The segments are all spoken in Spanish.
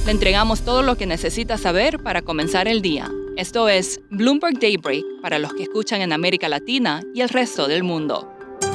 Le entregamos todo lo que necesita saber para comenzar el día. Esto es Bloomberg Daybreak para los que escuchan en América Latina y el resto del mundo.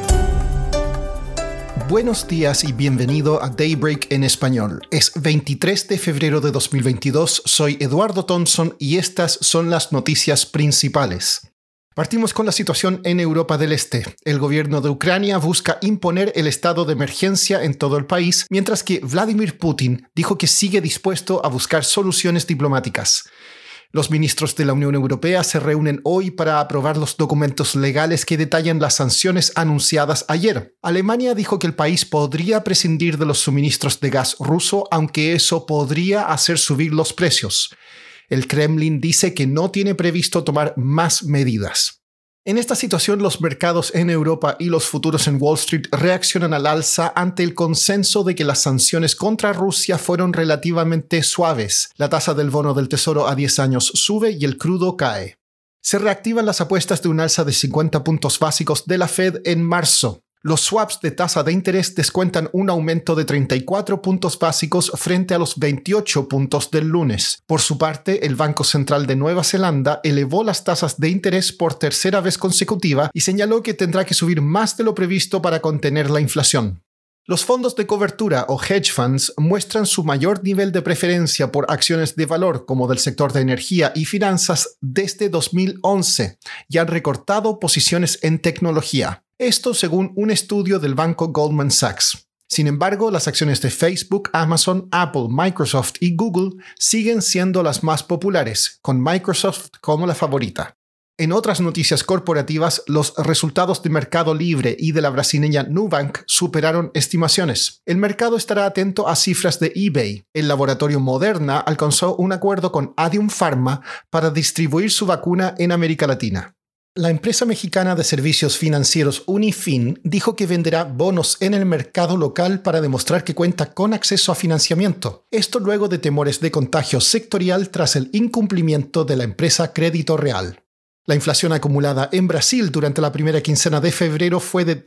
Buenos días y bienvenido a Daybreak en español. Es 23 de febrero de 2022, soy Eduardo Thompson y estas son las noticias principales. Partimos con la situación en Europa del Este. El gobierno de Ucrania busca imponer el estado de emergencia en todo el país, mientras que Vladimir Putin dijo que sigue dispuesto a buscar soluciones diplomáticas. Los ministros de la Unión Europea se reúnen hoy para aprobar los documentos legales que detallan las sanciones anunciadas ayer. Alemania dijo que el país podría prescindir de los suministros de gas ruso, aunque eso podría hacer subir los precios. El Kremlin dice que no tiene previsto tomar más medidas. En esta situación, los mercados en Europa y los futuros en Wall Street reaccionan al alza ante el consenso de que las sanciones contra Rusia fueron relativamente suaves. La tasa del bono del Tesoro a 10 años sube y el crudo cae. Se reactivan las apuestas de un alza de 50 puntos básicos de la Fed en marzo. Los swaps de tasa de interés descuentan un aumento de 34 puntos básicos frente a los 28 puntos del lunes. Por su parte, el Banco Central de Nueva Zelanda elevó las tasas de interés por tercera vez consecutiva y señaló que tendrá que subir más de lo previsto para contener la inflación. Los fondos de cobertura o hedge funds muestran su mayor nivel de preferencia por acciones de valor como del sector de energía y finanzas desde 2011 y han recortado posiciones en tecnología. Esto según un estudio del banco Goldman Sachs. Sin embargo, las acciones de Facebook, Amazon, Apple, Microsoft y Google siguen siendo las más populares, con Microsoft como la favorita. En otras noticias corporativas, los resultados de Mercado Libre y de la brasileña Nubank superaron estimaciones. El mercado estará atento a cifras de eBay. El laboratorio Moderna alcanzó un acuerdo con Adium Pharma para distribuir su vacuna en América Latina. La empresa mexicana de servicios financieros Unifin dijo que venderá bonos en el mercado local para demostrar que cuenta con acceso a financiamiento. Esto luego de temores de contagio sectorial tras el incumplimiento de la empresa Crédito Real. La inflación acumulada en Brasil durante la primera quincena de febrero fue de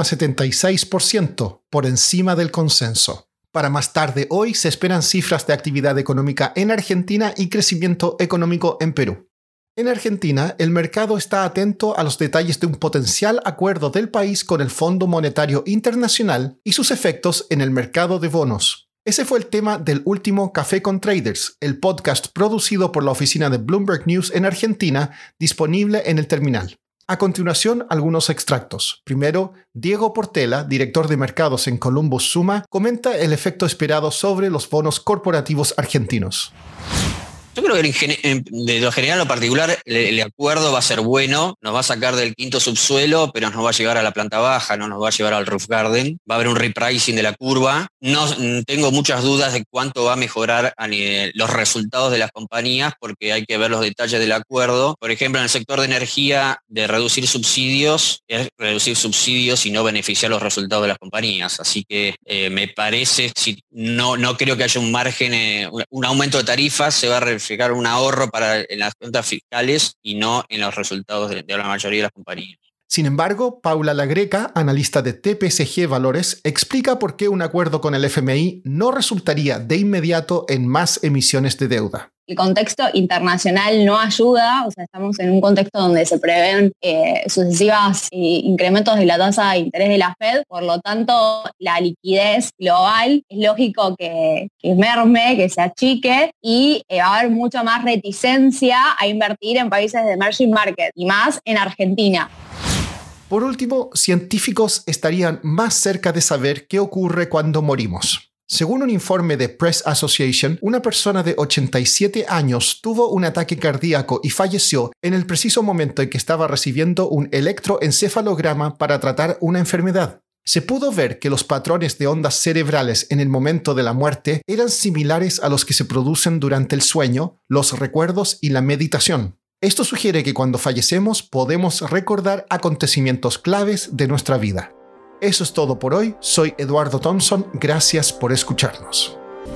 10,76%, por encima del consenso. Para más tarde hoy se esperan cifras de actividad económica en Argentina y crecimiento económico en Perú. En Argentina, el mercado está atento a los detalles de un potencial acuerdo del país con el Fondo Monetario Internacional y sus efectos en el mercado de bonos. Ese fue el tema del último Café con Traders, el podcast producido por la oficina de Bloomberg News en Argentina, disponible en el terminal. A continuación, algunos extractos. Primero, Diego Portela, director de mercados en Columbus Suma, comenta el efecto esperado sobre los bonos corporativos argentinos. Yo creo que de lo general a lo particular el acuerdo va a ser bueno, nos va a sacar del quinto subsuelo, pero nos va a llevar a la planta baja, no nos va a llevar al roof garden, va a haber un repricing de la curva. No tengo muchas dudas de cuánto va a mejorar los resultados de las compañías, porque hay que ver los detalles del acuerdo. Por ejemplo, en el sector de energía, de reducir subsidios, es reducir subsidios y no beneficiar los resultados de las compañías. Así que me parece, no creo que haya un margen, un aumento de tarifas, se va a fijar un ahorro en las cuentas fiscales y no en los resultados de la mayoría de las compañías. Sin embargo, Paula Lagreca, analista de TPCG Valores, explica por qué un acuerdo con el FMI no resultaría de inmediato en más emisiones de deuda. El contexto internacional no ayuda, o sea, estamos en un contexto donde se prevén sucesivos incrementos de la tasa de interés de la Fed, por lo tanto, la liquidez global es lógico que merme, que se achique y va a haber mucha más reticencia a invertir en países de emerging market y más en Argentina. Por último, científicos estarían más cerca de saber qué ocurre cuando morimos. Según un informe de Press Association, una persona de 87 años tuvo un ataque cardíaco y falleció en el preciso momento en que estaba recibiendo un electroencefalograma para tratar una enfermedad. Se pudo ver que los patrones de ondas cerebrales en el momento de la muerte eran similares a los que se producen durante el sueño, los recuerdos y la meditación. Esto sugiere que cuando fallecemos podemos recordar acontecimientos claves de nuestra vida. Eso es todo por hoy. Soy Eduardo Thompson. Gracias por escucharnos.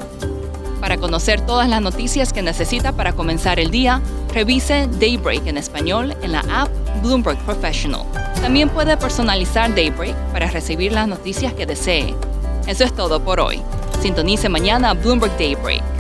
Para conocer todas las noticias que necesita para comenzar el día, revise Daybreak en español en la app Bloomberg Professional. También puede personalizar Daybreak para recibir las noticias que desee. Eso es todo por hoy. Sintonice mañana Bloomberg Daybreak.